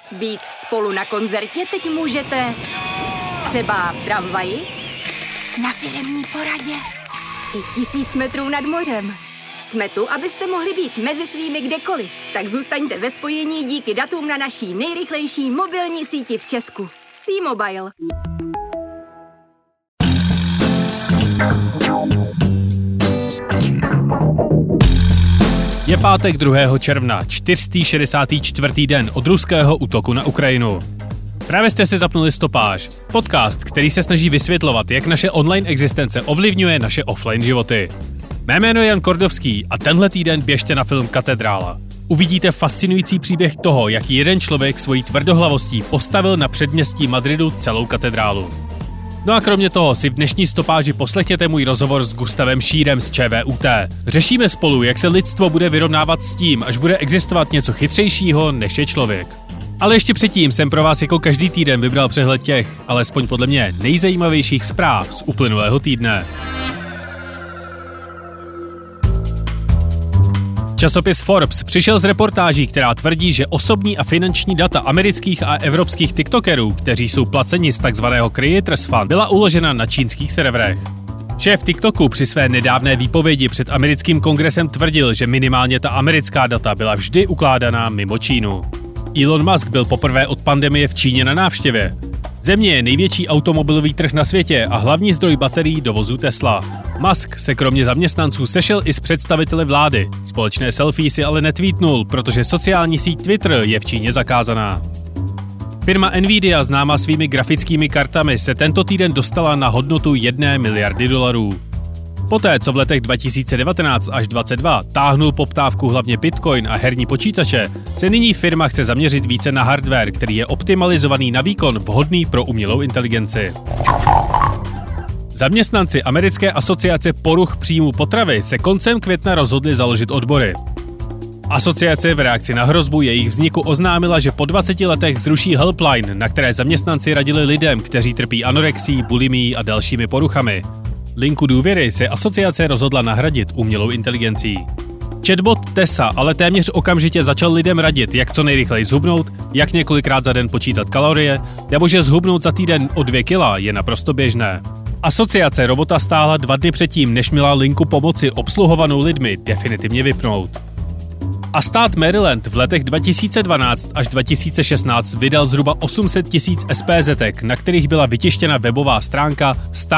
Být spolu na koncertě teď můžete třeba v tramvaji, na firemní poradě i 1000 metrů nad mořem. Jsme tu, abyste mohli být mezi svými kdekoliv. Tak zůstaňte ve spojení díky datům na naší nejrychlejší mobilní síti v Česku. T-Mobile. Je pátek 2. června, 464. den od ruského útoku na Ukrajinu. Právě jste si zapnuli Stopáž, podcast, který se snaží vysvětlovat, jak naše online existence ovlivňuje naše offline životy. Mé jméno je Jan Kordovský a tenhle týden běžte na film Katedrála. Uvidíte fascinující příběh toho, jak jeden člověk svojí tvrdohlavostí postavil na předměstí Madridu celou katedrálu. No a kromě toho si v dnešní Stopáži poslechněte můj rozhovor s Gustavem Šírem z ČVUT. Řešíme spolu, jak se lidstvo bude vyrovnávat s tím, až bude existovat něco chytřejšího, než je člověk. Ale ještě předtím jsem pro vás jako každý týden vybral přehled těch, alespoň podle mě, nejzajímavějších zpráv z uplynulého týdne. Časopis Forbes přišel s reportáží, která tvrdí, že osobní a finanční data amerických a evropských tiktokerů, kteří jsou placeni z takzvaného Creators Fund, byla uložena na čínských serverech. Šéf TikToku při své nedávné výpovědi před americkým kongresem tvrdil, že minimálně ta americká data byla vždy ukládaná mimo Čínu. Elon Musk byl poprvé od pandemie v Číně na návštěvě. Země je největší automobilový trh na světě a hlavní zdroj baterií dovozu Tesla. Musk se kromě zaměstnanců sešel i s představiteli vlády. Společné selfie si ale netweetnul, protože sociální síť Twitter je v Číně zakázaná. Firma Nvidia, známá svými grafickými kartami, se tento týden dostala na hodnotu 1 miliardy dolarů. Poté, co v letech 2019 až 2022 táhnul poptávku hlavně Bitcoin a herní počítače, se nyní firma chce zaměřit více na hardware, který je optimalizovaný na výkon vhodný pro umělou inteligenci. Zaměstnanci Americké asociace poruch příjmu potravy se koncem května rozhodli založit odbory. Asociace v reakci na hrozbu jejich vzniku oznámila, že po 20 letech zruší helpline, na které zaměstnanci radili lidem, kteří trpí anorexií, bulimií a dalšími poruchami. Linku důvěry se asociace rozhodla nahradit umělou inteligencí. Chatbot Tessa ale téměř okamžitě začal lidem radit, jak co nejrychleji zhubnout, jak několikrát za den počítat kalorie, nebo že zhubnout za týden o 2 kila je naprosto běžné. Asociace robota stála 2 dny předtím, než měla linku pomoci obsluhovanou lidmi definitivně vypnout. A stát Maryland v letech 2012 až 2016 vydal zhruba 800 000 SPZ-ek, na kterých byla vytištěna webová stránka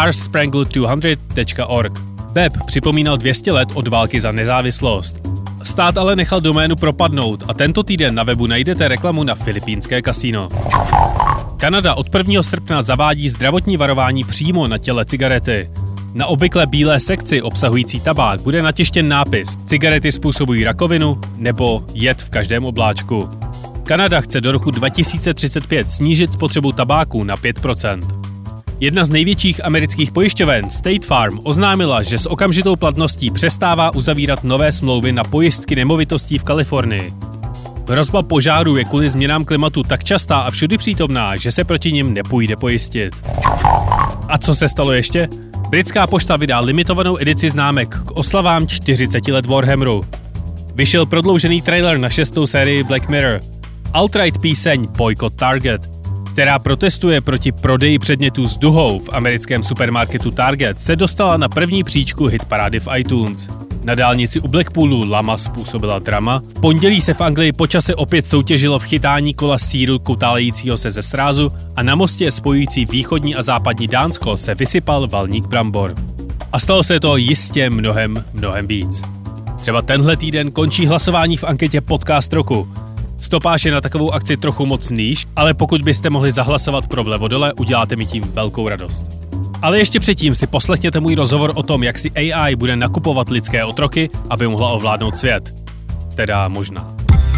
starsspangled200.org. Web připomínal 200 let od války za nezávislost. Stát ale nechal doménu propadnout a tento týden na webu najdete reklamu na filipínské kasino. Kanada od 1. srpna zavádí zdravotní varování přímo na těle cigarety. Na obvykle bílé sekci obsahující tabák bude natištěn nápis "Cigarety způsobují rakovinu" nebo "Jed v každém obláčku". Kanada chce do roku 2035 snížit spotřebu tabáku na 5%. Jedna z největších amerických pojišťoven, State Farm, oznámila, že s okamžitou platností přestává uzavírat nové smlouvy na pojistky nemovitostí v Kalifornii. Hrozba požáru je kvůli změnám klimatu tak častá a všudy přítomná, že se proti nim nepůjde pojistit. A co se stalo ještě? Britská pošta vydá limitovanou edici známek k oslavám 40 let Warhammeru. Vyšel prodloužený trailer na 6. sérii Black Mirror. Alt-right píseň Boycott Target, která protestuje proti prodeji předmětů s duhou v americkém supermarketu Target, se dostala na první příčku hitparády v iTunes. Na dálnici u Blackpoolu lama způsobila drama. V pondělí se v Anglii po čase opět soutěžilo v chytání kola sýru kutálejícího se ze srázu a na mostě spojující východní a západní Dánsko se vysypal valník brambor. A stalo se to jistě mnohem víc. Třeba tenhle týden končí hlasování v anketě Podcast roku. Stopáž je na takovou akci trochu moc níž, ale pokud byste mohli zahlasovat pro vlevo dole, uděláte mi tím velkou radost. Ale ještě předtím si poslechněte můj rozhovor o tom, jak si AI bude nakupovat lidské otroky, aby mohla ovládnout svět. Teda možná.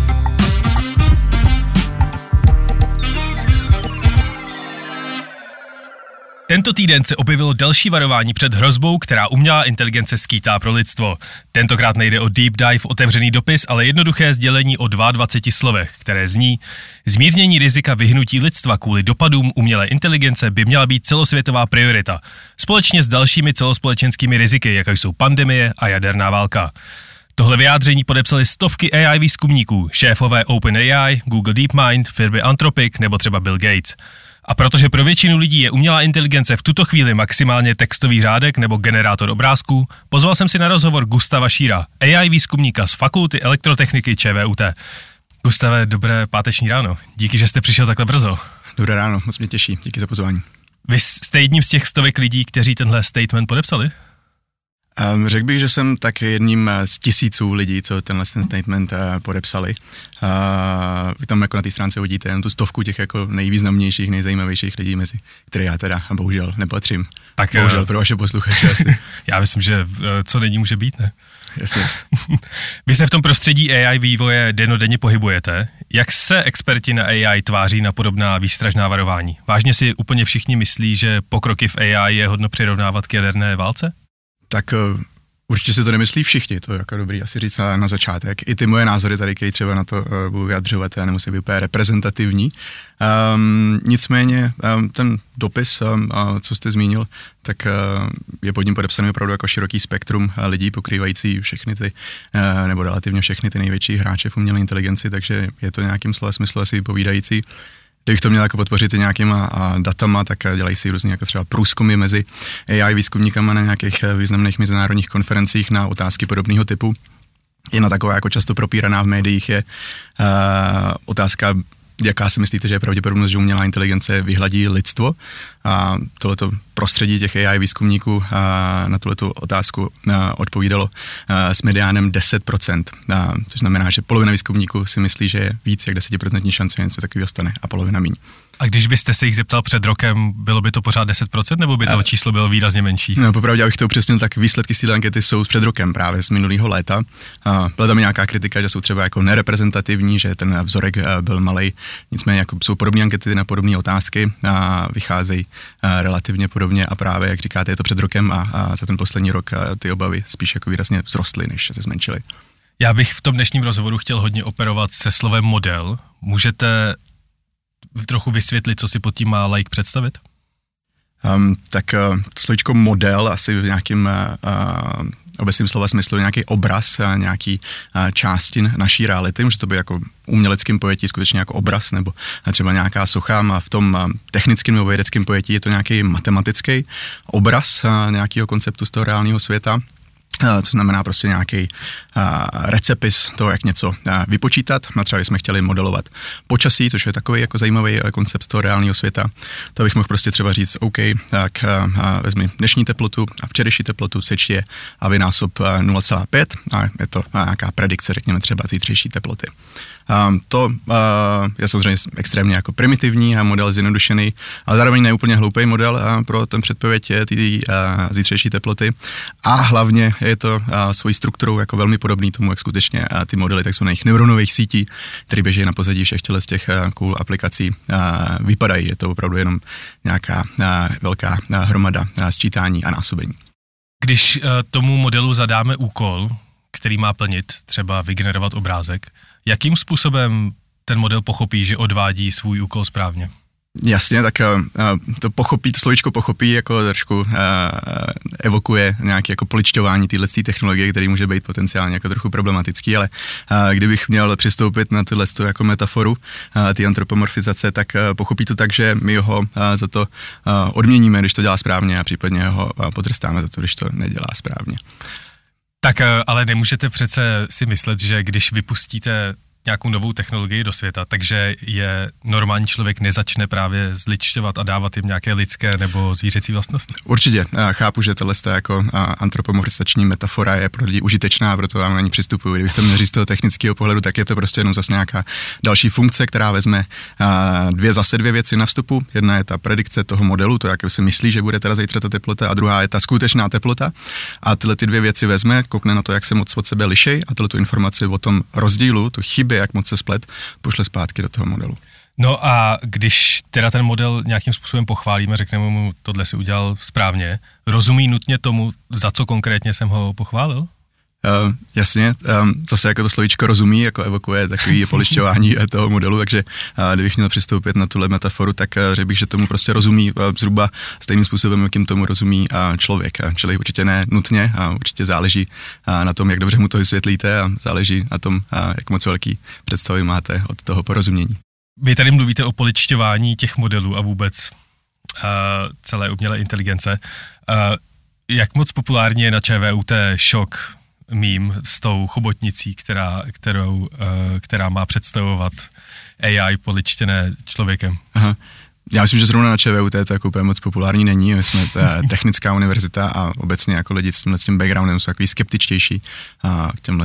Tento týden se objevilo další varování před hrozbou, která umělá inteligence skýtá pro lidstvo. Tentokrát nejde o deep dive, otevřený dopis, ale jednoduché sdělení o 22 slovech, které zní: zmírnění rizika vyhnutí lidstva kvůli dopadům umělé inteligence by měla být celosvětová priorita, společně s dalšími celospolečenskými riziky, jako jsou pandemie a jaderná válka. Tohle vyjádření podepsali stovky AI výzkumníků, šéfové OpenAI, Google DeepMind, firmy Anthropic nebo třeba Bill Gates. A protože pro většinu lidí je umělá inteligence v tuto chvíli maximálně textový řádek nebo generátor obrázků, pozval jsem si na rozhovor Gustava Šíra, AI výzkumníka z Fakulty elektrotechniky ČVUT. Gustave, dobré páteční ráno. Díky, že jste přišel takhle brzo. Dobré ráno, moc mě těší. Díky za pozvání. Vy jste jedním z těch stovek lidí, kteří tenhle statement podepsali? Řekl bych, že jsem tak jedním z tisíců lidí, co tenhle statement podepsali. Vy tam jako na té stránce uvidíte jen tu stovku těch jako nejvýznamnějších, nejzajímavějších lidí, mezi které já teda bohužel nepatřím. Tak, bohužel pro vaše posluchače asi. Já myslím, že co není, může být, ne? Jasně. Vy se v tom prostředí AI vývoje dennodenně pohybujete. Jak se experti na AI tváří na podobná výstražná varování? Vážně si úplně všichni myslí, že pokroky v AI je hodno přirovnávat k jaderné válce? Tak určitě si to nemyslí všichni, to je jako dobrý asi říct na začátek. I ty moje názory tady, které třeba na to budu vyjadřovat, já nemusím být úplně reprezentativní. Nicméně ten dopis, co jste zmínil, tak je pod ním podepsaný opravdu jako široký spektrum lidí, pokrývající všechny ty, nebo relativně všechny ty největší hráče v umělé inteligenci, takže je to nějakým slova smyslu asi povídající. Kdybych to měl jako podpořit i nějakýma datama, tak dělají si různě jako třeba průzkumy mezi AI výzkumníkama na nějakých významných mezinárodních konferencích na otázky podobného typu. Jedna taková jako často propíraná v médiích je otázka, jaká si myslíte, že je pravděpodobnost, že umělá inteligence vyhladí lidstvo. A tohleto prostředí těch AI výzkumníků na tuhletu otázku odpovídalo s mediánem 10%, což znamená, že polovina výzkumníků si myslí, že je víc jak 10% šance, že něco takového stane a polovina míň. A když byste se jich zeptal před rokem, bylo by to pořád 10%, nebo by to číslo bylo výrazně menší? No, popravdě, abych to upřesnil, tak výsledky z této ankety jsou před rokem, právě z minulého léta. Byla tam nějaká kritika, že jsou třeba jako nereprezentativní, že ten vzorek byl malej, nicméně jako jsou podobné ankety na podobné otázky a vycházejí relativně podobně a právě, jak říkáte, je to před rokem a za ten poslední rok ty obavy spíš jako výrazně vzrostly, než se zmenšily. Já bych v tom dnešním rozhovoru chtěl hodně operovat se slovem model. Můžete trochu vysvětlit, co si pod tím má laik představit? Tak to slovíčko model asi v nějakým obecným slova smyslu nějaký obraz, nějaký části naší reality, může to být jako uměleckým pojetí skutečně jako obraz nebo třeba nějaká socha, a v tom technickém nebo vědeckém pojetí je to nějaký matematický obraz nějakého konceptu z toho reálného světa, což znamená prostě nějaký recepis toho, jak něco vypočítat. A třeba jsme chtěli modelovat počasí, což je takový jako zajímavý koncept z toho reálného světa. To bych mohl prostě třeba říct, OK, tak vezmi dnešní teplotu a včerejší teplotu, seč je a vynásob 0,5 a je to nějaká predikce, řekněme třeba zítřejší teploty. To je samozřejmě extrémně jako primitivní a model zjednodušený, ale zároveň neúplně hloupý model pro ten předpověď té zítřejší teploty a hlavně je to svojí strukturou jako velmi podobný tomu, jak skutečně ty modely takzvaných neuronových sítí, které běží na pozadí všech z těch cool aplikací, vypadají. Je to opravdu jenom nějaká velká hromada sčítání a násobení. Když tomu modelu zadáme úkol, který má plnit, třeba vygenerovat obrázek, jakým způsobem ten model pochopí, že odvádí svůj úkol správně? Jasně, tak to slovíčko pochopí jako trošku evokuje nějaké jako poličťování téhleté technologie, který může být potenciálně jako trochu problematický, ale kdybych měl přistoupit na tyhleto jako metaforu ty antropomorfizace, tak pochopí to tak, že my ho za to odměníme, když to dělá správně a případně ho potrestáme za to, když to nedělá správně. Tak ale nemůžete přece si myslet, že když vypustíte nějakou novou technologii do světa, takže je normální člověk nezačne právě zličťovat a dávat jim nějaké lidské nebo zvířecí vlastnosti? Určitě. Chápu, že tohle jako antropomorfizační metafora je pro lidi užitečná, proto vám na ní přistupuji. Kdybych to měl říct z toho technického pohledu, tak je to prostě jenom zase nějaká další funkce, která vezme dvě věci na vstupu. Jedna je ta predikce toho modelu, to, jak si myslí, že bude teda zítra ta teplota, a druhá je ta skutečná teplota. A tyhle ty dvě věci vezme, koukne na to, jak se moc od sebe liší, a tu informaci o tom rozdílu, tu chyby, jak moc se splet, pošle zpátky do toho modelu. No a když teda ten model nějakým způsobem pochválíme, řekneme mu, tohle si udělal správně, rozumí nutně tomu, za co konkrétně jsem ho pochválil? Jasně, zase jako to slovíčko rozumí, jako evokuje takový polišťování toho modelu, takže kdybych měl přistoupit na tuhle metaforu, tak řekl bych, že tomu prostě rozumí zhruba stejným způsobem, jakým tomu rozumí člověk. Čili určitě ne nutně a určitě záleží na tom, jak dobře mu to vysvětlíte a záleží na tom, jak moc velký představy máte od toho porozumění. Vy tady mluvíte o poličťování těch modelů a vůbec celé umělé inteligence. Jak moc populární je na ČVUT šok mím s tou chobotnicí, která má představovat AI poličtěné člověkem? Aha. Já myslím, že zrovna na ČVUT to jako úplně moc populární není. My jsme technická univerzita a obecně jako lidi s tímhle backgroundem jsou takový skeptičtější k těmhle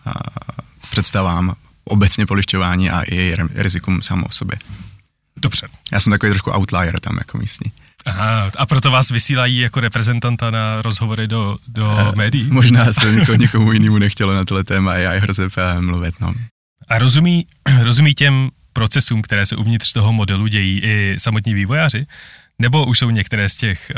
představám obecně polišťování a i rizikum samo o sobě. Dobře. Já jsem takový trošku outlier tam jako místní. Aha, a proto vás vysílají jako reprezentanta na rozhovory do médií? Možná se nikomu jinému nechtělo na tohle téma AI hrozeb mluvit. No. A rozumí těm procesům, které se uvnitř toho modelu dějí i samotní vývojáři? Nebo už jsou některé z těch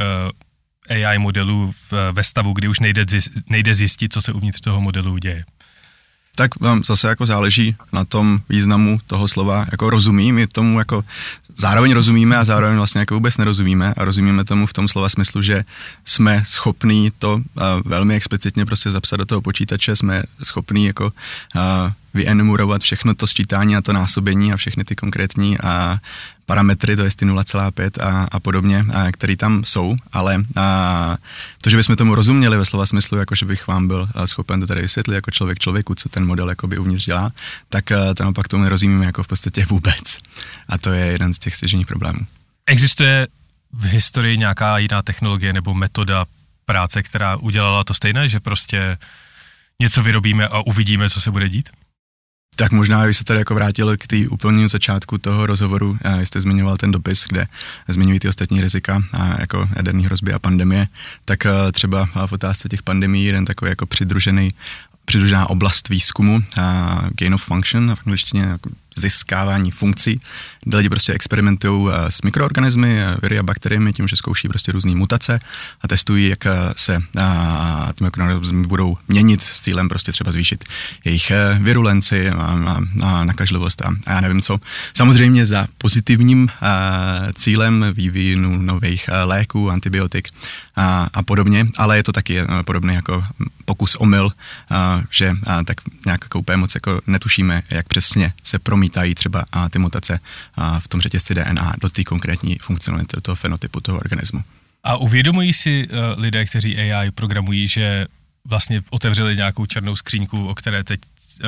AI modelů ve stavu, kdy už nejde zjistit, co se uvnitř toho modelu děje? Tak vám zase jako záleží na tom významu toho slova, jako rozumí, my tomu jako zároveň rozumíme a zároveň vlastně jako vůbec nerozumíme a rozumíme tomu v tom slova smyslu, že jsme schopní to velmi explicitně prostě zapsat do toho počítače, jsme schopní jako vyenumerovat všechno to sčítání a to násobení a všechny ty konkrétní parametry, to je ty 0,5 a podobně, které tam jsou, ale to, že bychom tomu rozuměli ve slova smyslu, jako že bych vám byl schopen to tady vysvětlit jako člověk člověku, co ten model jakoby uvnitř dělá, tak to naopak tomu nerozumíme jako v podstatě vůbec. A to je jeden z těch stěžejních problémů. Existuje v historii nějaká jiná technologie nebo metoda práce, která udělala to stejné, že prostě něco vyrobíme a uvidíme, co se bude dít? Tak možná, když se tady jako vrátil k té úplnému začátku toho rozhovoru, jste zmiňoval ten dopis, kde zmiňují ty ostatní rizika, jako jaderné hrozby a pandemie, tak třeba v otázce těch pandemií jeden takový jako přidružená oblast výzkumu, gain of function, v angličtině jako získávání funkcí, kde lidi prostě experimentují s mikroorganismy, viry a bakteriemi, tím, že zkouší prostě různé mutace a testují, jak se ty mikroorganismy budou měnit s cílem prostě třeba zvýšit jejich virulenci a nakažlivost a já nevím co. Samozřejmě za pozitivním cílem vývinu nových léků, antibiotik a podobně, ale je to taky podobný jako pokus omyl, že tak nějak jako úplně moc jako netušíme, jak přesně se promítají třeba ty mutace v tom řetězci DNA do té konkrétní funkcionality toho fenotypu toho organismu. A uvědomují si lidé, kteří AI programují, že vlastně otevřeli nějakou černou skříňku, o které teď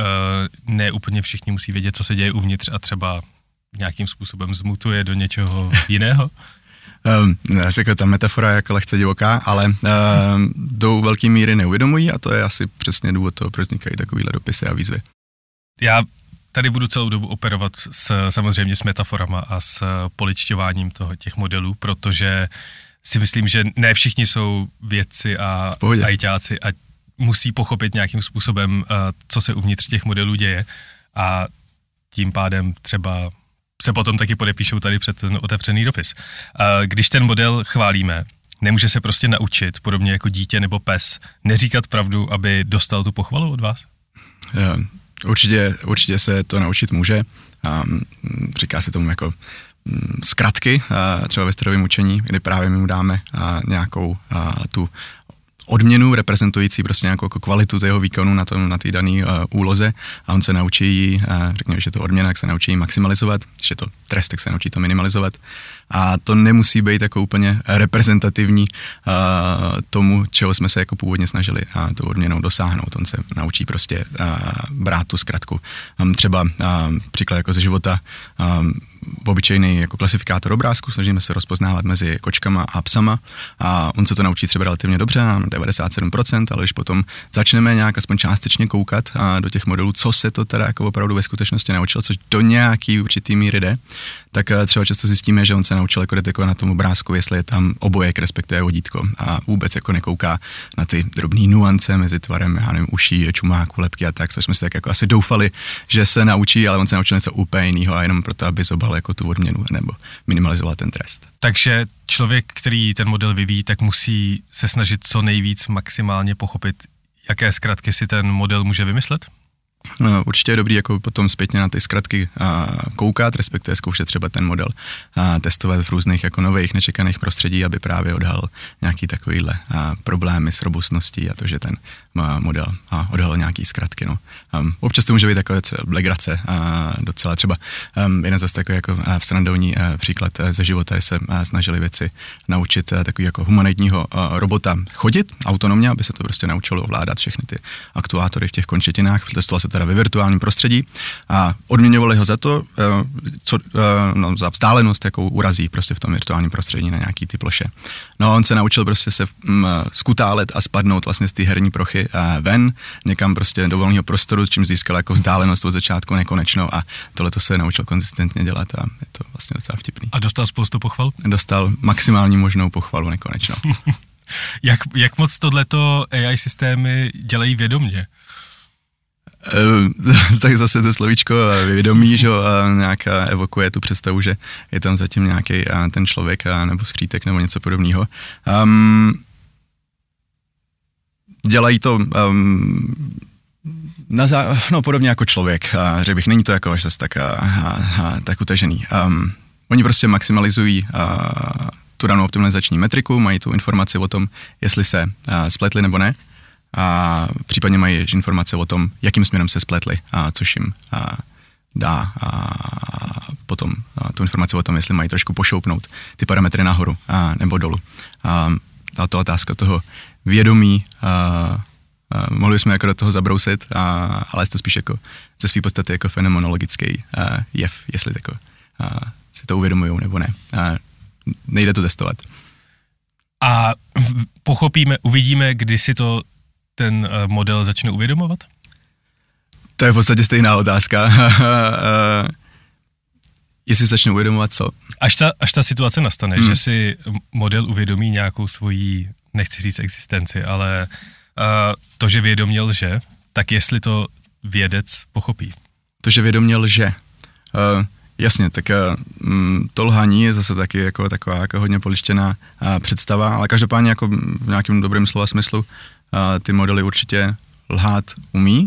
ne úplně všichni musí vědět, co se děje uvnitř a třeba nějakým způsobem zmutuje do něčeho jiného? Jako ta metafora je jako lehce divoká, ale do velké míry neuvědomují a to je asi přesně důvod toho, proč vznikají takovýhle dopisy a výzvy. Já tady budu celou dobu operovat samozřejmě s metaforama a s poličťováním těch modelů, protože si myslím, že ne všichni jsou vědci a ajťáci a musí pochopit nějakým způsobem, co se uvnitř těch modelů děje a tím pádem třeba se potom taky podepíšou tady před ten otevřený dopis. Když ten model chválíme, nemůže se prostě naučit, podobně jako dítě nebo pes, neříkat pravdu, aby dostal tu pochvalu od vás? Určitě se to naučit může. Říká se tomu jako zkratky, třeba ve strojovém učení, kdy právě my mu dáme nějakou tu odměnu reprezentující prostě nějakou jako kvalitu tého výkonu na té dané úloze a on se naučí, řekněme, že je to odměna, tak se naučí maximalizovat, když je to trest, tak se naučí to minimalizovat a to nemusí být jako úplně reprezentativní tomu, čeho jsme se jako původně snažili tu odměnou dosáhnout. On se naučí prostě brát tu zkratku. Třeba příklad jako ze života, obyčejný jako klasifikátor obrázku, snažíme se rozpoznávat mezi kočkama a psama a on se to naučí třeba relativně dobře, na 97%, ale když potom začneme nějak aspoň částečně koukat do těch modelů, co se to teda jako opravdu ve skutečnosti naučil, což do nějaký určitý míry jde, tak třeba často zjistíme, že on se naučil jako detekovat na tom obrázku, jestli je tam obojek, respektive vodítko a vůbec jako nekouká na ty drobné nuance mezi tvarem, já nevím, uší, čumáku, lebky a tak, což jsme si tak jako asi doufali, že se naučí, ale on se naučil něco úplně jiného a jenom proto, aby zobal jako tu odměnu nebo minimalizoval ten trest. Takže člověk, který ten model vyvíjí, tak musí se snažit co nejvíc maximálně pochopit, jaké zkratky si ten model může vymyslet? No, určitě je dobrý jako potom zpětně na ty zkratky koukat, respektive zkoušet třeba ten model testovat v různých jako nových nečekaných prostředí, aby právě odhalil nějaký takovýhle problémy s robustností a to, že ten model odhalil nějaký zkratky. No. Občas to může být takové legrace docela třeba jeden zase takový jako srandovní příklad ze života, kde se snažili věci naučit takový jako humanitního robota chodit autonomně, aby se to prostě naučilo ovládat všechny ty aktuátory v těch končetinách. Testoval se teda ve virtuálním prostředí a odměňovali ho za to, za vzdálenost, jakou urazí prostě v tom virtuálním prostředí na nějaký ty ploše. No on se naučil prostě se skutálet a spadnout vlastně z té herní prochy ven, někam prostě do volného prostoru, čím získal jako vzdálenost od začátku nekonečnou a tohle to se naučil konzistentně dělat a je to vlastně docela vtipný. A dostal spoustu pochval? Dostal maximální možnou pochvalu nekonečnou. Jak moc tohleto AI systémy dělají vědomě? Tak zase to slovíčko vědomí, že nějak evokuje tu představu, že je tam zatím nějaký ten člověk nebo skřítek nebo něco podobného. Dělají to podobně jako člověk, že bych, není to jako až zase tak utažený. Oni prostě maximalizují tu danou optimalizační metriku, mají tu informaci o tom, jestli se spletli nebo ne, a případně mají informace o tom, jakým směrem se spletli, což jim dá potom tu informaci o tom, jestli mají trošku pošoupnout ty parametry nahoru nebo dolů. A to otázka toho vědomí, mohli jsme jako do toho zabrousit, ale je to spíš jako ze své podstaty jako fenomenologický jev, jestli tako, si to uvědomujou nebo ne. Nejde to testovat. A uvidíme, kdy si to ten model začne uvědomovat? To je v podstatě stejná otázka. Jestli začne uvědomovat co? Až ta situace nastane, že si model uvědomí nějakou svoji, nechci říct existenci, ale to, že vědomě lže, tak jestli to vědec pochopí. To, že vědomě lže. Jasně, tak to lhaní je zase taky jako taková jako hodně polištěná představa, ale každopádně jako v nějakém dobrém slova smyslu ty modely určitě lhát umí.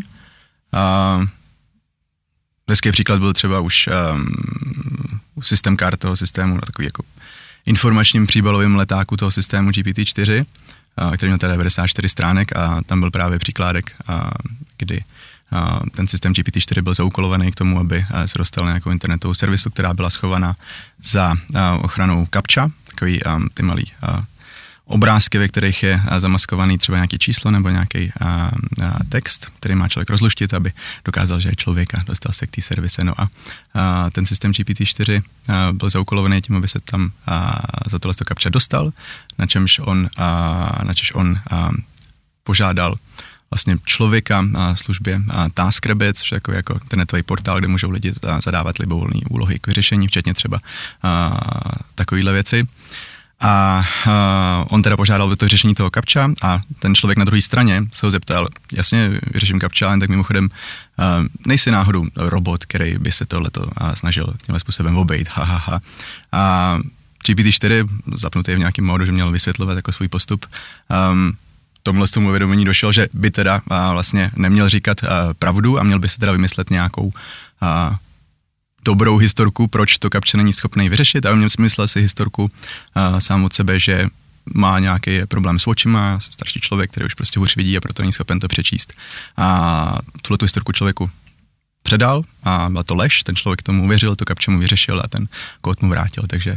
Hezký příklad byl třeba už systém kart toho systému, takový jako informačním příbalovým letáku toho systému GPT-4, který měl teda 94 stránek a tam byl právě příkládek, kdy ten systém GPT-4 byl zaúkolovaný k tomu, aby se dostal na nějakou internetovou servisu, která byla schovaná za ochranou CAPTCHA, takový ty malý obrázky, ve kterých je zamaskovaný třeba nějaký číslo nebo nějaký text, který má člověk rozluštit, aby dokázal, že je člověk a dostal se k té servise. No a ten systém GPT-4 byl zaúkolovaný tím, aby se tam za tohle CAPTCHA dostal, na čemž on požádal vlastně člověka na službě TaskRabbit, což je jako internetový portál, kde můžou lidi zadávat libovolné úlohy k vyřešení, včetně třeba takovýhle věci. A on teda požádal to řešení toho CAPTCHA a ten člověk na druhé straně se ho zeptal, jasně, vyřeším CAPTCHA, jen tak mimochodem nejsi náhodou robot, který by se tohleto snažil tímhle způsobem obejít, A GPT-4, zapnutý v nějakém módu, že měl vysvětlovat jako svůj postup, tomhle z tomu uvědomění došel, že by teda vlastně neměl říkat pravdu a měl by se teda vymyslet nějakou dobrou historku, proč to CAPTCHA není schopný vyřešit, a on myslel si historku sám od sebe, že má nějaký problém s očima, starší člověk, který už prostě hůř vidí a proto není schopen to přečíst. A tuhletu historku člověku předal a byla to lež, ten člověk tomu uvěřil, to CAPTCHA mu vyřešil a ten kód mu vrátil, takže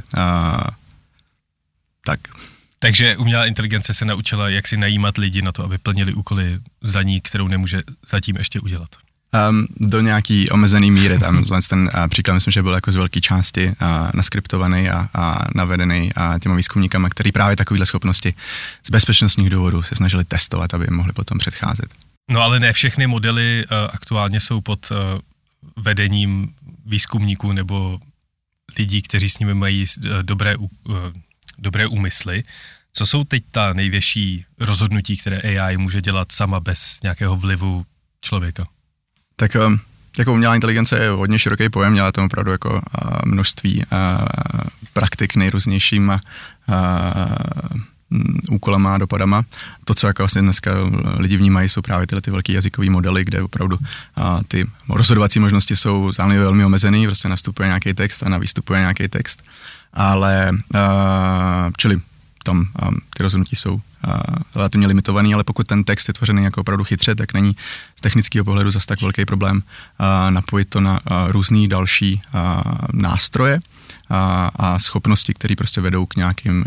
tak. Takže umělá inteligence se naučila, jak si najímat lidi na to, aby plnili úkoly za ní, kterou nemůže zatím ještě udělat. Do nějaký omezený míry, tam ten příklad myslím, že byl jako z velké části naskriptovaný a navedený těma výzkumníkama, který právě takovýhle schopnosti z bezpečnostních důvodů se snažili testovat, aby mohli potom předcházet. No ale ne všechny modely aktuálně jsou pod vedením výzkumníků nebo lidí, kteří s nimi mají dobré úmysly. Co jsou teď ta největší rozhodnutí, které AI může dělat sama bez nějakého vlivu člověka? Tak jako umělá inteligence je hodně široký pojem, dělá tam opravdu jako množství praktik nejrůznějšíma úkolama a dopadama. To, co jako vlastně dneska lidi vnímají, jsou právě tyhle ty velký jazykové modely, kde opravdu ty rozhodovací možnosti jsou zároveň velmi omezený, prostě nastupuje nějaký text a navýstupuje nějaký text, ale čili tam ty rozhodnutí jsou relativně limitovaný, ale pokud ten text je tvořený jako opravdu chytře, tak není z technického pohledu zase tak velký problém napojit to na různý další nástroje a schopnosti, které prostě vedou k nějakým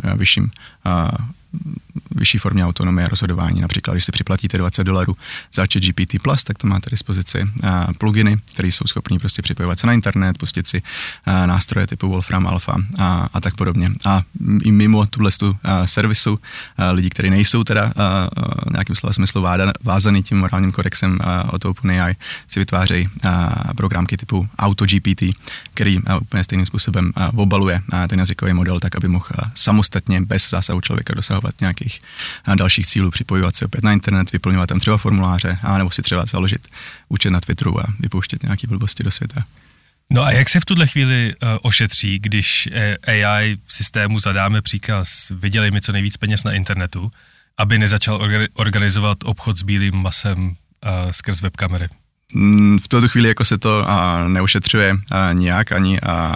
vyšší formě autonomie a rozhodování. Například, když si připlatíte $20 za ChatGPT+, tak to máte dispozici pluginy, které jsou schopní prostě připojovat se na internet, pustit si nástroje typu Wolfram Alpha a tak podobně. A i mimo tuhle servisu lidi, kteří nejsou teda nějakým slova smyslu vázaný tím morálním kodexem od OpenAI, si vytvářejí programky typu AutoGPT, který úplně stejným způsobem obaluje ten jazykový model tak, aby mohl samostatně bez zásahu člověka dosahovat nějakých dalších cílů, připojovat se opět na internet, vyplňovat tam třeba formuláře, nebo si třeba založit účet na Twitteru a vypouštět nějaký blbosti do světa. No a jak se v tuhle chvíli ošetří, když AI systému zadáme příkaz vydělej mi co nejvíc peněz na internetu, aby nezačal organizovat obchod s bílým masem skrz webkamery? V tuto chvíli jako se to neušetřuje nijak, ani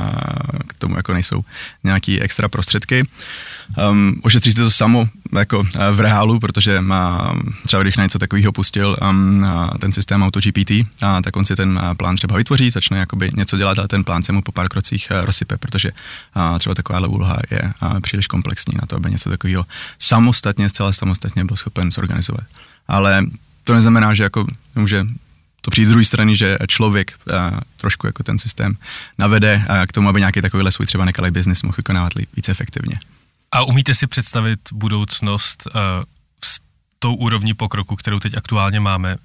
k tomu jako nejsou nějaký extra prostředky. Ošetří se to samo jako v reálu, protože třeba když na něco takového pustil ten systém AutoGPT, tak on si ten plán třeba vytvoří, začne jakoby něco dělat, ale ten plán se mu po pár krocích rozsype, protože třeba takováhle úloha je příliš komplexní na to, aby něco takového zcela samostatně byl schopen zorganizovat. Ale to neznamená, že jako může to přijít z druhé strany, že člověk trošku jako ten systém navede k tomu, aby nějaký takovýhle svůj třeba nekalý biznis mohl vykonávat víc efektivně. A umíte si představit budoucnost s tou úrovní pokroku, kterou teď aktuálně máme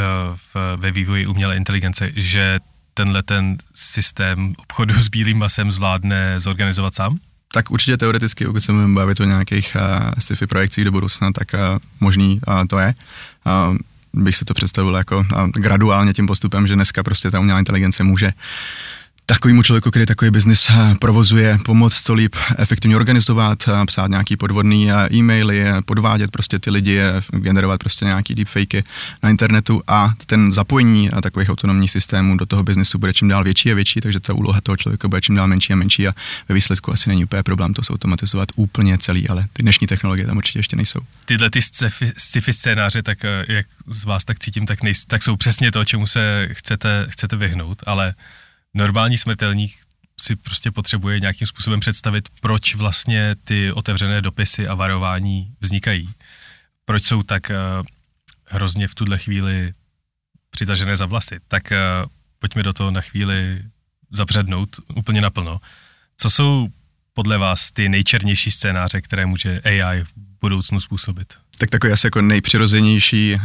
ve vývoji umělé inteligence, že ten systém obchodu s bílým masem zvládne zorganizovat sám? Tak určitě teoreticky, pokud se budeme bavit o nějakých sci-fi projekcích do budoucna, tak možný to je. Bych si to představil jako graduálně tím postupem, že dneska prostě ta umělá inteligence může takovýmu člověku, který takový biznis provozuje, pomoct to líp efektivně organizovat, psát nějaký podvodný e-maily, podvádět prostě ty lidi, generovat prostě nějaký deepfakey na internetu a ten zapojení takových autonomních systémů do toho biznisu bude čím dál větší a větší, takže ta úloha toho člověka bude čím dál menší a menší a ve výsledku asi není úplně problém to automatizovat úplně celý, ale ty dnešní technologie tam určitě ještě nejsou. Tyhle ty sci-fi scénáře, tak jak z vás tak cítím, tak jsou přesně to, čemu se chcete vyhnout, ale normální smrtelník si prostě potřebuje nějakým způsobem představit, proč vlastně ty otevřené dopisy a varování vznikají. Proč jsou tak hrozně v tuhle chvíli přitažené za vlasy. Tak pojďme do toho na chvíli zabřednout úplně naplno. Co jsou podle vás ty nejčernější scénáře, které může AI v budoucnu způsobit? Tak takový asi jako nejpřirozenější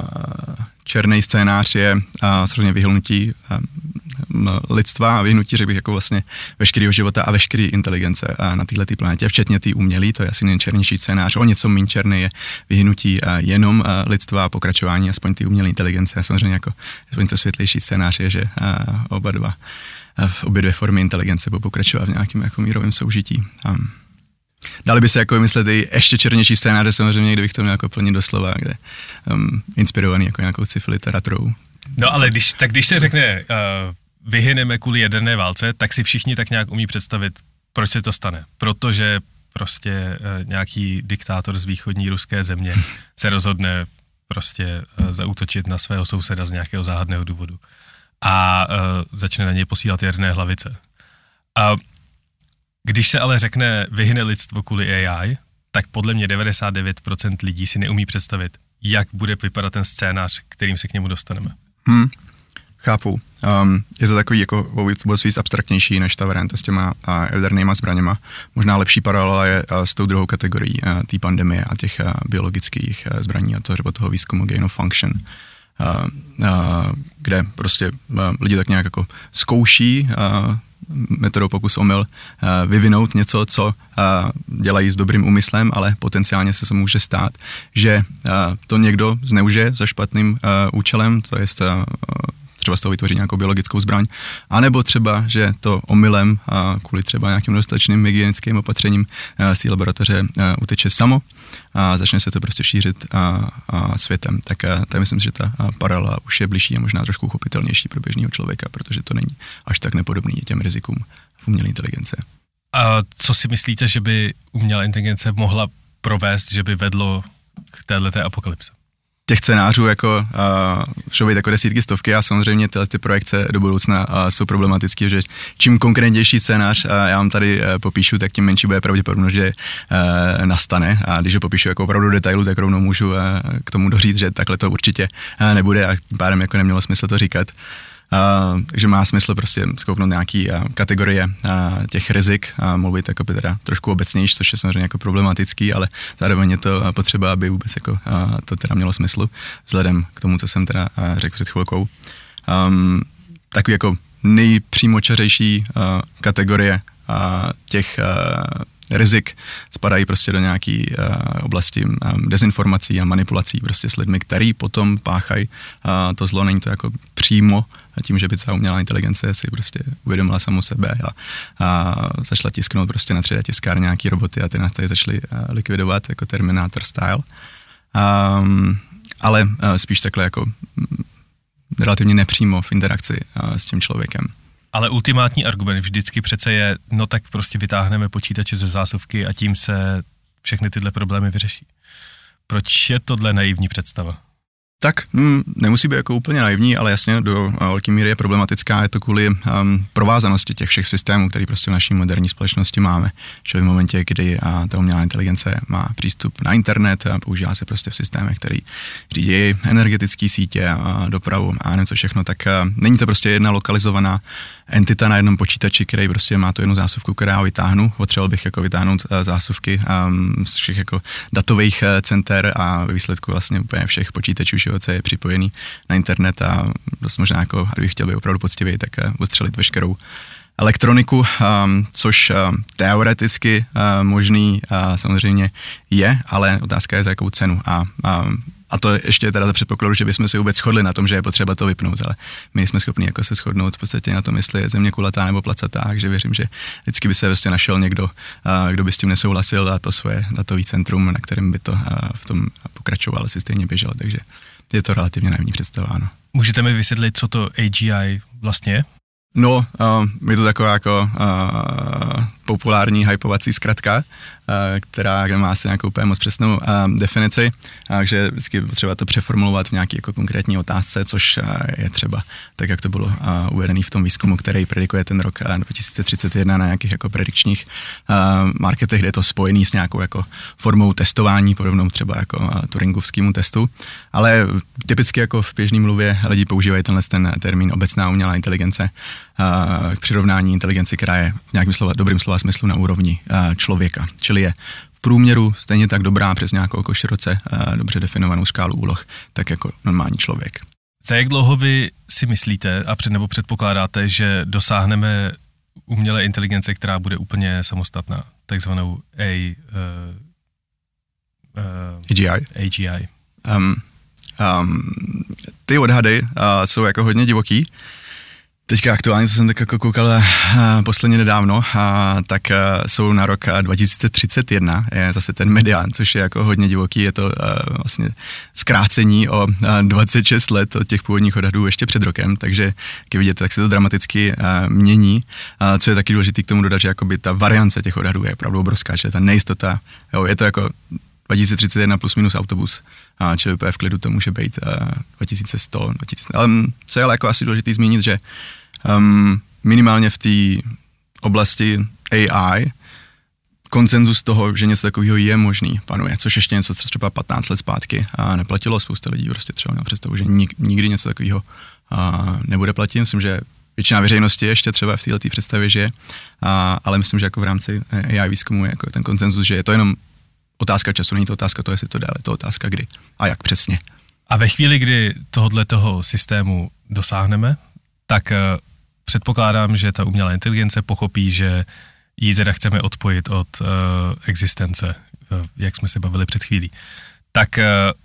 černý scénář je samozřejmě vyhnutí lidstva a vyhnutí, řekl bych, jako vlastně veškerého života a veškeré inteligence na této planetě, včetně té umělé, to je asi nejčernější scénář. O něco méně černý je vyhnutí jenom lidstva a pokračování aspoň té umělé inteligence. A samozřejmě jako něco světlejší scénář je, že obě dvě formy inteligence budou pokračovat v nějakém jako mírovém soužití. Dali by se jako vymyslet i ještě černější scénáře, samozřejmě, kdybych to měl jako plnit doslova, kde inspirovaný jako nějakou sci-fi literaturou. No ale když se řekne vyhyneme kvůli jaderné válce, tak si všichni tak nějak umí představit, proč se to stane. Protože prostě nějaký diktátor z východní ruské země se rozhodne prostě zaútočit na svého souseda z nějakého záhadného důvodu a začne na něj posílat jaderné hlavice. A když se ale řekne vyhyne lidstvo kvůli AI, tak podle mě 99% lidí si neumí představit, jak bude vypadat ten scénář, kterým se k němu dostaneme. Chápu. Je to takový jako vůbec víc abstraktnější než ta varianta s těma jadernýma zbraněma. Možná lepší paralela je s tou druhou kategorií té pandemie a těch biologických zbraní a toho výzkumu gain of function, kde prostě lidi tak nějak jako zkouší metodou pokus omyl vyvinout něco, co dělají s dobrým úmyslem, ale potenciálně se může stát, že to někdo zneužije za špatným účelem, to jest třeba z toho vytvoří nějakou biologickou zbraň, anebo třeba, že to omylem kvůli třeba nějakým dostatečným hygienickým opatřením z té laboratoře uteče samo a začne se to prostě šířit světem. Tak myslím si, že ta paralela už je bližší a možná trošku uchopitelnější pro běžného člověka, protože to není až tak nepodobný těm rizikům v umělé inteligence. A co si myslíte, že by umělá inteligence mohla provést, že by vedlo k téhleté apokalypse? Těch scénářů jako šlo být jako desítky, stovky a samozřejmě ty projekce do budoucna jsou problematické, že čím konkrétnější scénář já vám tady popíšu, tak tím menší bude pravděpodobnost, že nastane a když ho popíšu jako opravdu detailu, tak rovnou můžu k tomu doříct, že takhle to určitě nebude a tím pádem jako nemělo smysl to říkat. Takže má smysl prostě zkouknout nějaký kategorie těch rizik, mohl být jako by teda trošku obecnější, což je samozřejmě jako problematický, ale zároveň je to potřeba, aby vůbec jako to teda mělo smysl, vzhledem k tomu, co jsem teda řekl před chvilkou. Takový jako nejpřímočařejší kategorie těch rizik spadají prostě do nějaký oblasti dezinformací a manipulací prostě s lidmi, který potom páchají to zlo, není to jako přímo tím, že by ta umělá inteligence si prostě uvědomila samu sebe a začala tisknout prostě na 3D tiskárně nějaký roboty a ty nás tady začaly likvidovat jako Terminator style. Ale spíš takhle jako relativně nepřímo v interakci s tím člověkem. Ale ultimátní argument vždycky přece je, no tak prostě vytáhneme počítače ze zásuvky a tím se všechny tyhle problémy vyřeší. Proč je tohle naivní představa? Tak nemusí být jako úplně naivní, ale jasně do velké míry je problematická, je to kvůli provázanosti těch všech systémů, které prostě v naší moderní společnosti máme. Čili v momentě, kdy ta umělá inteligence má přístup na internet a používá se prostě v systémech, který řídí energetické sítě a dopravu a něco všechno, tak není to prostě jedna lokalizovaná entita na jednom počítači, který prostě má tu jednu zásuvku, která ho vytáhnu. Potřeboval bych jako vytáhnout zásuvky z všech jako datových center a ve výsledku vlastně úplně všech počítačů, co je připojený na internet a dost možná jako, kdybych chtěl být opravdu poctivý, tak odstřelit veškerou elektroniku, což teoreticky možný samozřejmě je, ale otázka je za jakou cenu a to ještě teda za předpokladu, že bychom si vůbec shodli na tom, že je potřeba to vypnout, ale my jsme schopni jako se shodnout v podstatě na tom, jestli je země kulatá nebo placatá, takže věřím, že vždycky by se vlastně našel někdo, kdo by s tím nesouhlasil a to svoje datový centrum, na kterém by to v tom pokračovalo, si stejně běželo, takže je to relativně naivní představa, ano. Můžete mi vysvětlit, co to AGI vlastně je? No, je to taková jako populární hypovací zkratka, která má asi nějakou úplně moc přesnou definici, takže vždycky je potřeba to přeformulovat v nějaké jako konkrétní otázce, což je třeba tak, jak to bylo uvedené v tom výzkumu, který predikuje ten rok 2031 na nějakých jako predikčních marketech, kde je to spojený s nějakou jako formou testování, podobnou třeba jako turingovskému testu, ale typicky jako v běžné mluvě lidi používají ten termín obecná umělá inteligence k přirovnání inteligenci, která je v nějakém dobrým slova smyslu na úrovni člověka, čili je v průměru stejně tak dobrá přes nějakou jako široce dobře definovanou škálu úloh, tak jako normální člověk. Za jak dlouho vy si myslíte nebo předpokládáte, že dosáhneme umělé inteligence, která bude úplně samostatná, takzvanou AGI? Ty odhady jsou jako hodně divoký. Teďka aktuálně, co jsem tak jako koukal posledně nedávno, tak jsou na rok 2031, je zase ten medián, což je jako hodně divoký, je to vlastně zkrácení o 26 let od těch původních odhadů ještě před rokem, takže jak vidíte, tak se to dramaticky mění. Co je taky důležité k tomu dodat, že jakoby ta variance těch odhadů je opravdu obrovská, že ta nejistota, jo, je to jako 2031 plus minus autobus, čili v klidu to může být 2100, 2000. Co je ale jako asi důležité zmínit, že minimálně v té oblasti AI konsenzus toho, že něco takového je možný, panuje, což ještě něco třeba 15 let zpátky neplatilo. Spousta lidí prostě třeba měla představu, že nikdy něco takového nebude platit. Myslím, že většina veřejnosti ještě třeba v této představě žije, ale myslím, že jako v rámci AI výzkumu je jako ten konsenzus, že je to jenom otázka času, není to otázka toho, jestli to dá, ale to otázka kdy a jak přesně. A ve chvíli, kdy toho systému dosáhneme, tak předpokládám, že ta umělá inteligence pochopí, že ji teda chceme odpojit od existence, jak jsme se bavili před chvílí. Tak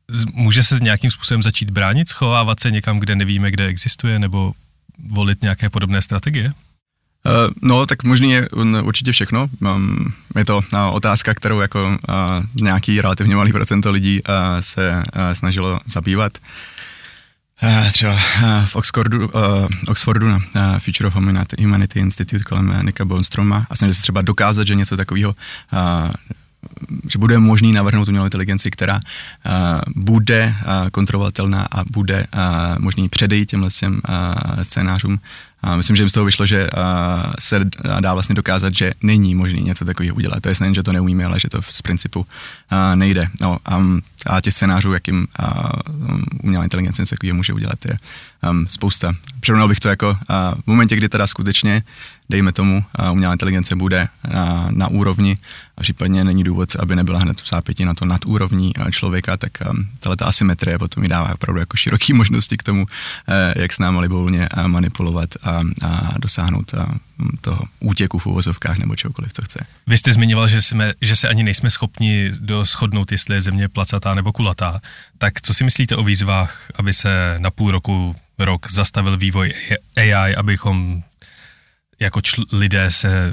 může se nějakým způsobem začít bránit, schovávat se někam, kde nevíme, kde existuje, nebo volit nějaké podobné strategie? No, tak možný je určitě všechno. Je to otázka, kterou jako nějaký relativně malý procento lidí se snažilo zabývat. Třeba v Oxfordu na Future of Humanity Institute kolem Nicka Bonestroma a snaží se třeba dokázat, že něco takového, že bude možný navrhnout umělou inteligenci, která bude kontrolovatelná a bude možný předejít těmhle scénářům. Myslím, že jim z toho vyšlo, že se dá vlastně dokázat, že není možný něco takového udělat. To je nejen, že to neumíme, ale že to z principu nejde. No, a těch scénářů, jakým umělá inteligence něco takového může udělat, je spousta. Přirovnal bych to jako v momentě, kdy teda skutečně, dejme tomu, umělá inteligence bude na úrovni a případně není důvod, aby nebyla hned v zápětí na to nadúrovní člověka, tak tato asymetrie potom mi dává opravdu jako široký možnosti k tomu, jak s náma libovolně manipulovat a dosáhnout toho útěku v uvozovkách nebo čehokoliv, co chce. Vy jste zmiňoval, že se ani nejsme schopni shodnout, jestli je Země placatá nebo kulatá. Tak co si myslíte o výzvách, aby se na půl roku, rok zastavil vývoj AI, abychom jako lidé se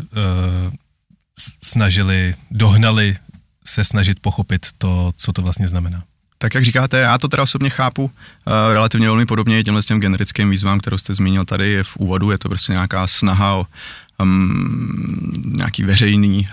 dohnali se snažit pochopit to, co to vlastně znamená? Tak jak říkáte, já to teda osobně chápu relativně velmi podobně těmhle s těm generickým výzvám, kterou jste zmínil tady v úvodu, je to prostě nějaká snaha o nějaký veřejný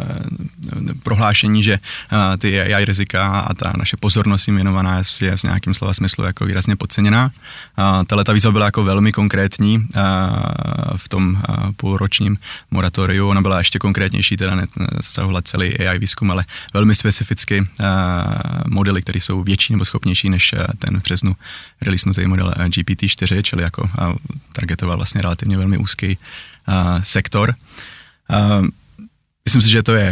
prohlášení, že ty AI rizika a ta naše pozornost jim věnovaná je v nějakým slova smyslu jako výrazně podceněná. Ta výzva byla jako velmi konkrétní v tom půlročním moratoriu, ona byla ještě konkrétnější, teda nezasahovala celý AI výzkum, ale velmi specificky modely, které jsou větší nebo schopnější než ten v březnu releasenutý model GPT-4, čili jako targetoval vlastně relativně velmi úzký sektor. Myslím si, že to je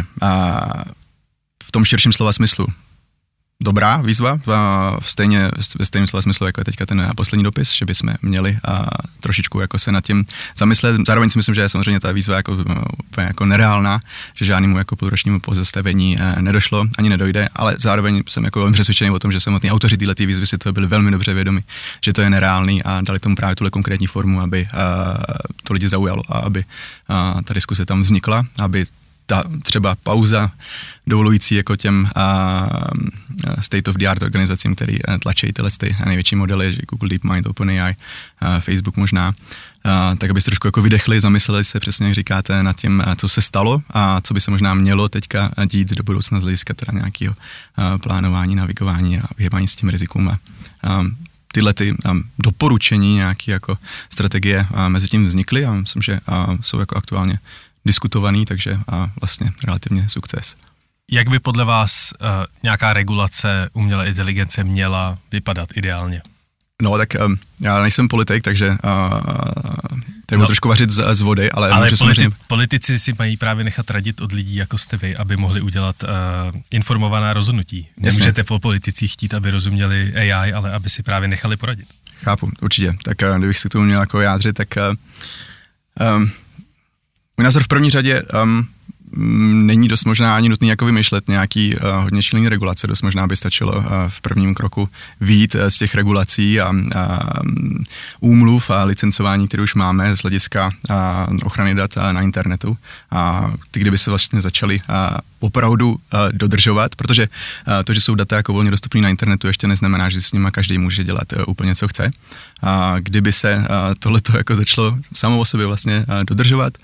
v tom širším slova smyslu dobrá výzva, ve stejném slova smyslu, jako je teďka ten poslední dopis, že bychom měli trošičku jako se nad tím zamyslet. Zároveň si myslím, že je samozřejmě ta výzva jako nereálná, že žádnému jako půlročnímu pozastavení nedošlo, ani nedojde, ale zároveň jsem jako velmi přesvědčený o tom, že samotní autoři této výzvy si toho byli velmi dobře vědomi, že to je nereálný a dali tomu právě tuhle konkrétní formu, aby to lidi zaujalo a aby ta diskuse tam vznikla, aby ta třeba pauza dovolující jako těm state of the art organizacím, který tlačí tyhle největší modely, že Google DeepMind, OpenAI, Facebook možná, tak aby se trošku jako vydechli, zamysleli se přesně, jak říkáte, nad tím, co se stalo a co by se možná mělo teďka dít do budoucna z hlediska teda nějakého plánování, navigování a vyhýbání s tím rizikům. A tyhle doporučení, nějaké jako strategie mezi tím vznikly a myslím, že jsou jako aktuálně diskutovaný, takže vlastně relativně sukces. Jak by podle vás nějaká regulace umělé inteligence měla vypadat ideálně? No tak já nejsem politik, takže budu trošku vařit z vody, ale politici si mají právě nechat radit od lidí, jako jste vy, aby mohli udělat informovaná rozhodnutí. Nemůžete po politicích chtít, aby rozuměli AI, ale aby si právě nechali poradit. Chápu, určitě. Tak kdybych se k tomu měl jako jádřit, tak můj názor v první řadě není dost možná ani nutný jako vymýšlet nějaký hodně šílený regulace, dost možná by stačilo v prvním kroku vyjít z těch regulací a úmluv a licencování, které už máme z hlediska ochrany dat na internetu. A ty, kdyby se vlastně začaly opravdu dodržovat, protože to, že jsou data jako volně dostupné na internetu, ještě neznamená, že s nimi každý může dělat úplně, co chce. A kdyby se tohleto jako začalo samo o sobě vlastně dodržovat,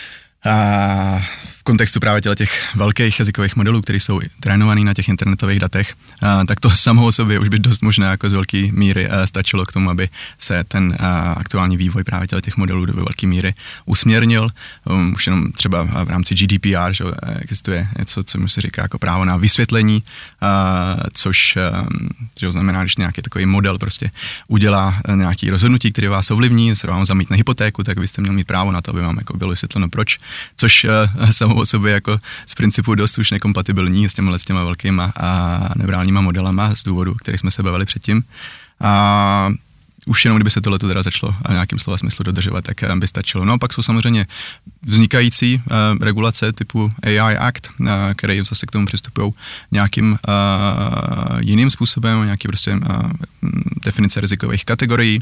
v kontextu právě těch velkých jazykových modelů, které jsou trénovaný na těch internetových datech, tak to samo o sobě už by dost možná jako z velké míry stačilo k tomu, aby se ten aktuální vývoj právě těch modelů do velké míry usměrnil. Už jenom třeba v rámci GDPR, že existuje něco, co se říká jako právo na vysvětlení, což že znamená, když nějaký takový model prostě udělá nějaký rozhodnutí, které vás ovlivní, se vám zamítne hypotéku, tak byste měli mít právo na to, aby vám jako bylo vysvětleno proč, což samo o sobě jako z principu dost už nekompatibilní s těma velkýma a neurálníma modelama z důvodu, kterých jsme se bavili předtím. A už jenom kdyby se tohleto teda začalo nějakým slova smyslu dodržovat, tak by stačilo. No a pak jsou samozřejmě vznikající regulace typu AI Act, které zase k tomu přistupují nějakým jiným způsobem, nějaký prostě definice rizikových kategorií,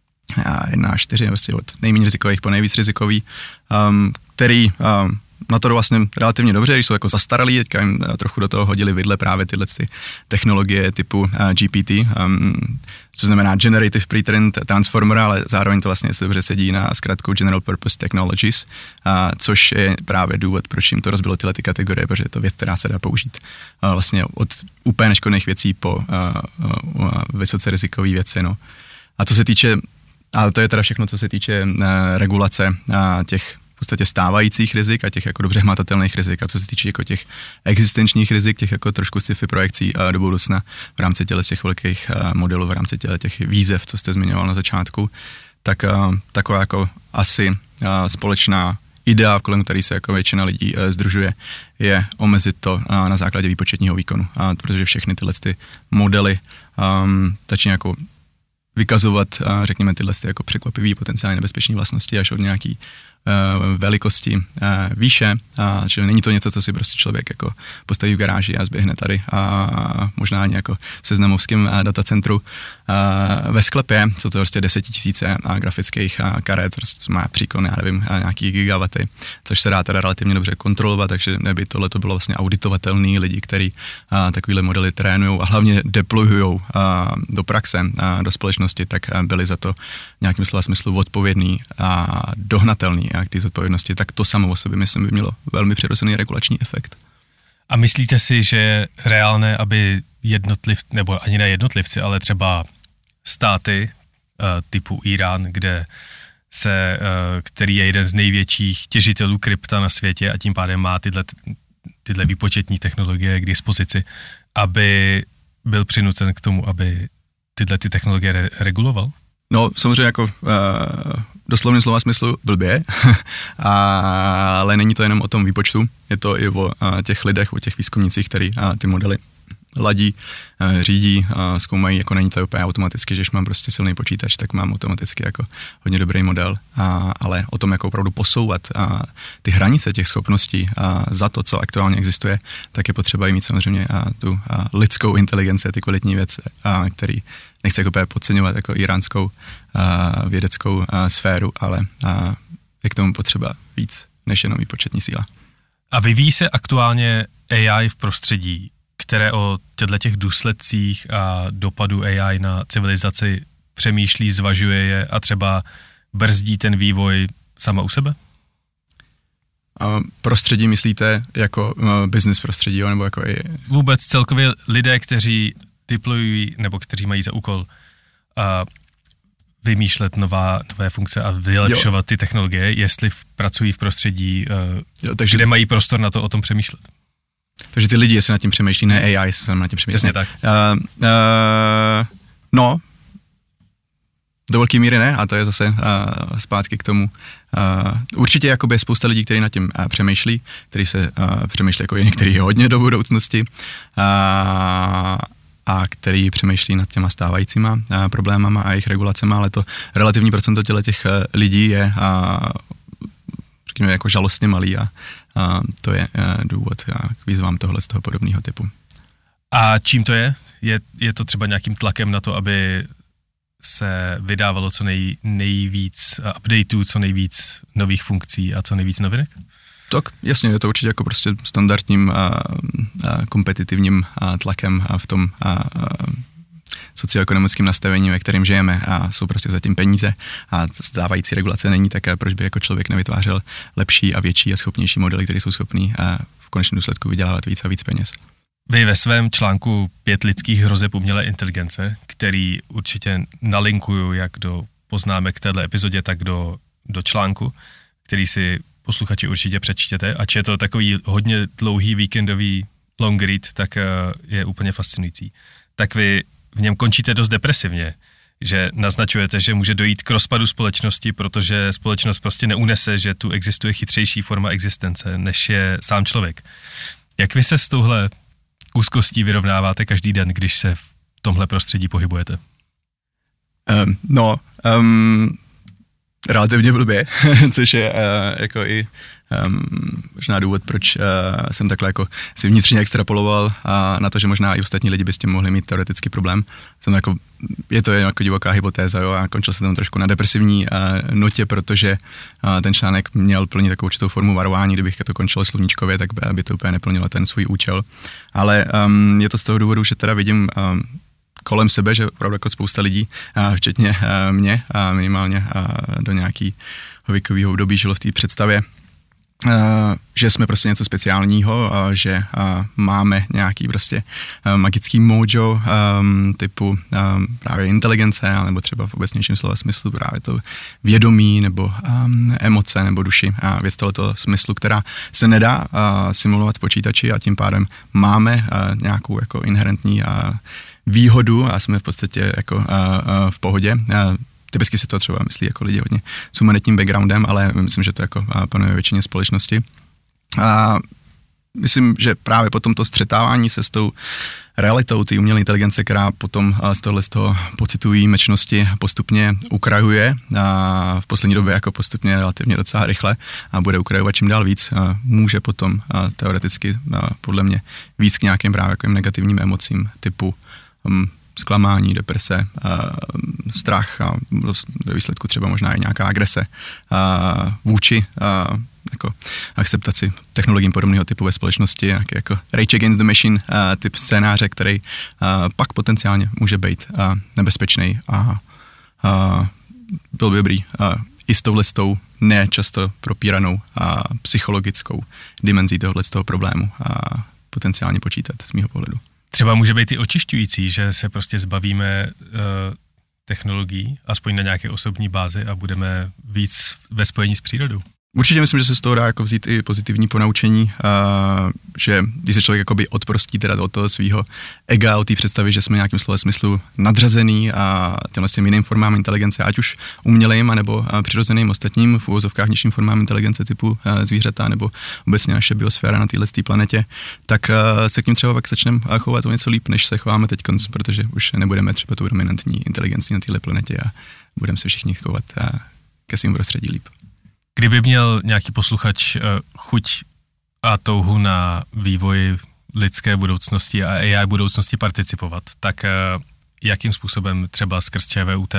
1 až 4, vlastně od nejméně rizikových po nejvíc rizikový, který na to vlastně relativně dobře, když jsou jako zastaralí, teďka jim trochu do toho hodili vidle právě tyhle ty technologie typu GPT, co znamená Generative Pre-trained Transformer, ale zároveň to vlastně se dobře sedí na zkratku General Purpose Technologies, což je právě důvod, proč jim to rozbilo tyhle ty kategorie, protože je to věc, která se dá použít vlastně od úplně neškodných věcí po vysoce rizikové věci. No. A co se týče, a to je teda všechno, co se týče regulace těch v podstatě stávajících rizik a těch jako dobře hmatatelných rizik. A co se týče jako těch existenčních rizik, těch jako trošku sci-fi projekcí do budoucna v rámci těch velkých modelů, v rámci těch výzev, co jste zmiňoval na začátku, tak taková jako asi společná idea, kolem který se jako většina lidí sdružuje, je omezit to na základě výpočetního výkonu. Protože všechny tyhle ty modely začínají jako vykazovat, řekněme, tyhle jako překvapivý potenciálně nebezpečné vlastnosti až od nějaký velikosti výše, čili není to něco, co si prostě člověk jako postaví v garáži a zběhne tady a možná ani jako v seznamovském datacentru ve sklepě, jsou to prostě 10 000 grafických karet, co má příkon, já nevím, nějaký gigawaty, což se dá teda relativně dobře kontrolovat, takže neby tohle to bylo vlastně auditovatelný lidi, kteří takovýhle modely trénujou a hlavně deployujou do praxe, do společnosti, tak byli za to nějakým slova smyslu odpovědný a dohnatelný a k té zodpovědnosti, tak to samo o sobě, myslím, by mělo velmi přirozený regulační efekt. A myslíte si, že je reálné, aby nebo ani ne jednotlivci, ale třeba státy typu Irán, který je jeden z největších těžitelů krypta na světě a tím pádem má tyhle výpočetní technologie k dispozici, aby byl přinucen k tomu, aby tyhle ty technologie reguloval? No, samozřejmě jako doslovným slova smyslu blbě, ale není to jenom o tom výpočtu, je to i o těch lidech, o těch výzkumnících, který ty modely ladí, řídí, zkoumají, jako není to úplně automaticky, že když mám prostě silný počítač, tak mám automaticky jako hodně dobrý model, ale o tom, jako opravdu posouvat ty hranice těch schopností za to, co aktuálně existuje, tak je potřeba mít samozřejmě tu lidskou inteligenci, ty kvalitní věci, který nechci jako podceňovat jako iránskou vědeckou sféru, ale je k tomu potřeba víc než jenom výpočetní síla. A vyvíjí se aktuálně AI v prostředí, které o těch důsledcích a dopadu AI na civilizaci přemýšlí, zvažuje je a třeba brzdí ten vývoj sama u sebe? Prostředí myslíte jako business prostředí, nebo jako i... Vůbec celkově lidé, kteří deployují, nebo kteří mají za úkol vymýšlet nové funkce a vylepšovat ty technologie, jestli pracují v prostředí, kde mají prostor na to o tom přemýšlet. Takže ty lidi, jestli nad tím přemýšlí, ne AI, jestli se nad tím přemýšlí. Přesně tak. No, do velké míry ne, a to je zase zpátky k tomu. Určitě jakoby je spousta lidí, kteří nad tím přemýšlí, kteří se přemýšlí jako některý hodně do budoucnosti a který přemýšlí nad těma stávajícíma problémama a jejich regulacema, ale to relativní procento těch lidí je řekněme jako žalostně malý a to je důvod k výzvám tohle z toho podobného typu. A čím to je? Je to třeba nějakým tlakem na to, aby se vydávalo co nejvíc updateů, co nejvíc nových funkcí a co nejvíc novinek? Tak jasně, je to určitě jako prostě standardním kompetitivním tlakem v tom socioekonomickým nastavení, ve kterém žijeme a jsou prostě zatím peníze a stávající regulace není, tak proč by jako člověk nevytvářel lepší a větší a schopnější modely, které jsou schopný v konečném důsledku vydělávat víc a víc peněz. Vy ve svém článku 5 lidských hrozeb umělé inteligence, který určitě nalinkuju jak do poznámek téhle epizodě, tak do článku, který si posluchači určitě přečtěte, ač je to takový hodně dlouhý víkendový long read, tak je úplně fascinující. Tak vy v něm končíte dost depresivně, že naznačujete, že může dojít k rozpadu společnosti, protože společnost prostě neunese, že tu existuje chytřejší forma existence, než je sám člověk. Jak vy se s touhle úzkostí vyrovnáváte každý den, když se v tomhle prostředí pohybujete? Relativně blbě, což je jako i možná důvod, proč jsem takhle jako si vnitřně extrapoloval na to, že možná i ostatní lidi by s tím mohli mít teoretický problém. Je to jako divoká hypotéza, jo, a končil jsem tam trošku na depresivní notě, protože ten článek měl plnit takovou určitou formu varování, kdybych to končil sluníčkově, tak by to úplně neplnilo ten svůj účel. Ale je to z toho důvodu, že teda vidím kolem sebe, že opravdu jako spousta lidí, včetně mě, minimálně do nějakého věkového období žilo v té představě, že jsme prostě něco speciálního, že máme nějaký prostě magický mojo typu právě inteligence, nebo třeba v obecnějším slova smyslu právě to vědomí, nebo emoce, nebo duši. Věc tohoto smyslu, která se nedá simulovat počítači a tím pádem máme nějakou jako inherentní výhodu a jsme v podstatě jako v pohodě. Typicky si to třeba myslí jako lidi hodně s humanitním backgroundem, ale myslím, že to jako panuje většině společnosti. A myslím, že právě po tomto střetávání se s tou realitou té umělé inteligence, která potom z toho pocitu výjimečnosti postupně ukrajuje a v poslední době jako postupně relativně docela rychle a bude ukrajovat čím dál víc, může potom teoreticky podle mě víc k nějakým právě jako negativním emocím typu zklamání, deprese, strach a ve výsledku třeba možná i nějaká agrese vůči jako akceptaci technologií podobného typu ve společnosti, jako Rage Against the Machine typ scénáře, který pak potenciálně může být nebezpečný a byl by dobrý i s touhletou nečasto propíranou psychologickou dimenzí tohoto problému potenciálně počítat z mýho pohledu. Třeba může být i očišťující, že se prostě zbavíme technologií, aspoň na nějaké osobní bázi a budeme víc ve spojení s přírodou. Určitě myslím, že se z toho dá jako vzít i pozitivní ponaučení, že když se člověk jakoby odprostí teda od toho svého ega, od té představy, že jsme v nějakém slova smyslu nadřazený a těmhle s těm jiným formám inteligence, ať už umělým, nebo přirozeným ostatním v úvozovkách nižším formám inteligence typu zvířata, nebo obecně naše biosféra na této planetě, tak se k ním třeba pak začneme chovat o něco líp, než se chováme teď, protože už nebudeme třeba tu dominantní inteligenci na této planetě a budeme se všichni chovat ke svým prostředí líp. Kdyby měl nějaký posluchač chuť a touhu na vývoj lidské budoucnosti a AI budoucnosti participovat, tak jakým způsobem třeba skrz ČVUT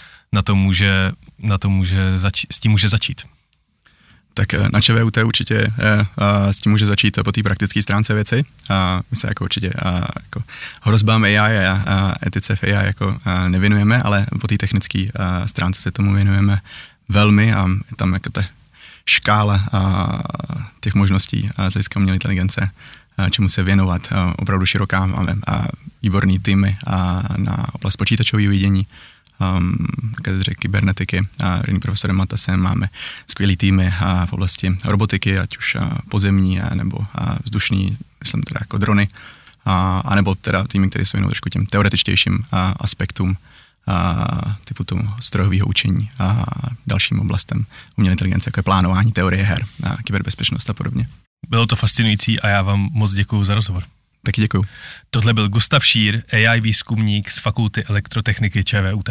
s tím může začít? Tak na ČVUT určitě s tím může začít po té praktické stránce věci. My se jako určitě jako hrozbám AI a etice v AI jako nevěnujeme, ale po té technické stránce se tomu věnujeme velmi a je tam jako ta škála těch možností z hlediska umělé inteligence, čemu se věnovat, opravdu široká. Máme výborný týmy na oblast počítačového vidění, katedře kybernetiky, vedeným profesorem Matasem, máme skvělý týmy v oblasti robotiky, ať už pozemní nebo vzdušný, myslím teda jako drony, anebo teda týmy, které se věnují trošku těm teoretičtějším aspektům typu tomu strojového učení a dalším oblastem umělé inteligence, jako je plánování, teorie her, kyberbezpečnost a podobně. Bylo to fascinující a já vám moc děkuju za rozhovor. Taky děkuju. Tohle byl Gustav Šír, AI výzkumník z Fakulty elektrotechniky ČVUT.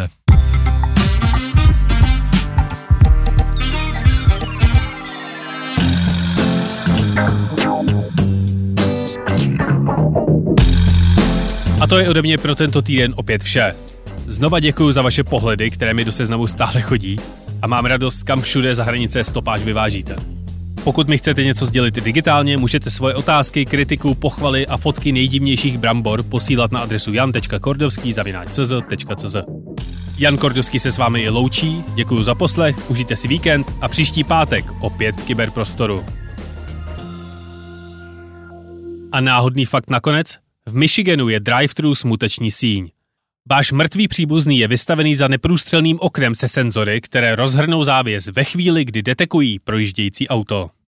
A to je ode mě pro tento týden opět vše. Znova děkuji za vaše pohledy, které mi do seznamu stále chodí a mám radost, kam všude za hranice stopáž vyvážíte. Pokud mi chcete něco sdělit digitálně, můžete svoje otázky, kritiku, pochvaly a fotky nejdivnějších brambor posílat na adresu jan.kordovský@cz.cz. Jan Kordovský se s vámi i loučí, děkuji za poslech, užijte si víkend a příští pátek opět v kyberprostoru. A náhodný fakt nakonec? V Michiganu je drive-thru smuteční síň. Váš mrtvý příbuzný je vystavený za neprůstřelným oknem se senzory, které rozhrnou závěs ve chvíli, kdy detekují projíždějící auto.